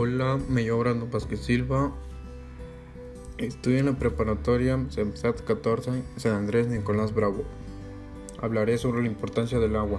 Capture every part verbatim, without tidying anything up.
Hola, me llamo Brando Vázquez Silva. Estudio en la preparatoria CEMSAT catorce, San Andrés Nicolás Bravo. Hablaré sobre la importancia del agua.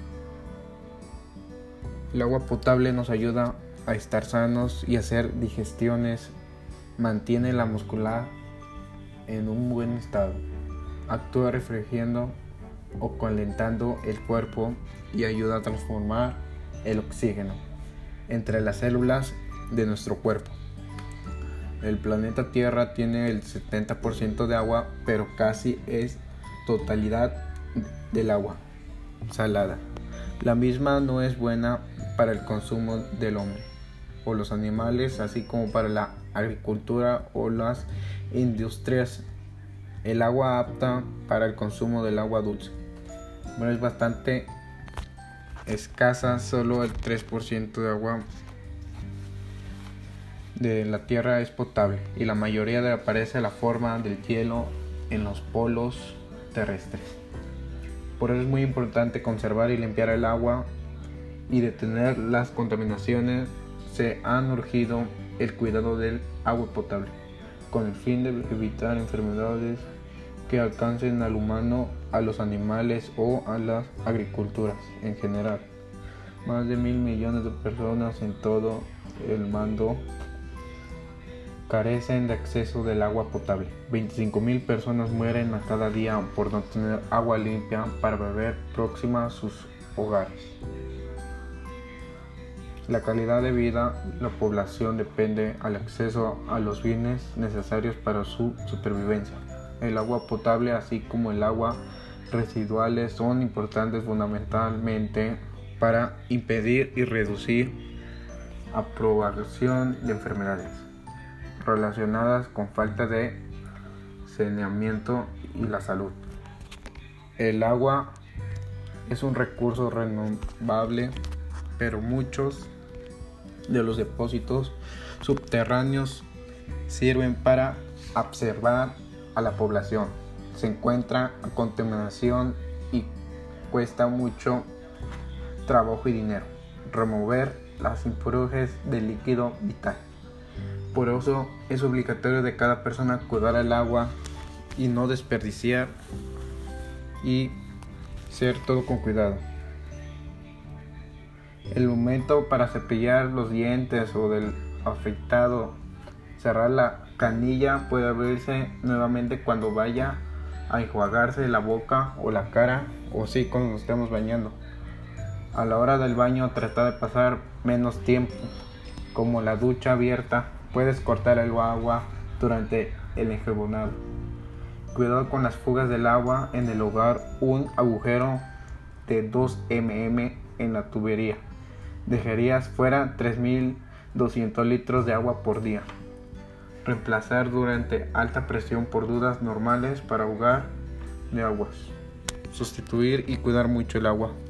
El agua potable nos ayuda a estar sanos y hacer digestiones, mantiene la muscular en un buen estado, actúa refrigerando o calentando el cuerpo y ayuda a transformar el oxígeno entre las células de nuestro cuerpo. El planeta Tierra tiene el setenta por ciento de agua, pero casi es totalidad del agua salada. La misma no es buena para el consumo del hombre o los animales, así como para la agricultura o las industrias. El agua apta para el consumo del agua dulce, pero es bastante escasa. Solo el tres por ciento de agua de la Tierra es potable y la mayoría de aparece la forma del hielo en los polos terrestres. Por eso es muy importante conservar y limpiar el agua y detener las contaminaciones. Se ha urgido el cuidado del agua potable con el fin de evitar enfermedades que alcancen al humano, a los animales o a las agriculturas en general. Más de mil millones de personas en todo el mundo carecen de acceso del agua potable. veinticinco mil personas mueren a cada día por no tener agua limpia para beber próxima a sus hogares. La calidad de vida de la población depende del acceso a los bienes necesarios para su supervivencia. El agua potable, así como el agua residuales, son importantes fundamentalmente para impedir y reducir la propagación de enfermedades relacionadas con falta de saneamiento y la salud. El agua es un recurso renovable, pero muchos de los depósitos subterráneos sirven para observar a la población. Se encuentra contaminación y cuesta mucho trabajo y dinero remover las impurezas del líquido vital. Por eso es obligatorio de cada persona cuidar el agua y no desperdiciar y hacer todo con cuidado. El momento para cepillar los dientes o del afeitado, cerrar la canilla puede abrirse nuevamente cuando vaya a enjuagarse la boca o la cara, o sí cuando nos estemos bañando. A la hora del baño tratar de pasar menos tiempo, como la ducha abierta. Puedes cortar el agua durante el enjabonado. Cuidado con las fugas del agua en el hogar. Un agujero de dos milímetros en la tubería dejarías fuera tres mil doscientos litros de agua por día. Reemplazar durante alta presión por dudas normales para ahogar de aguas. Sustituir y cuidar mucho el agua.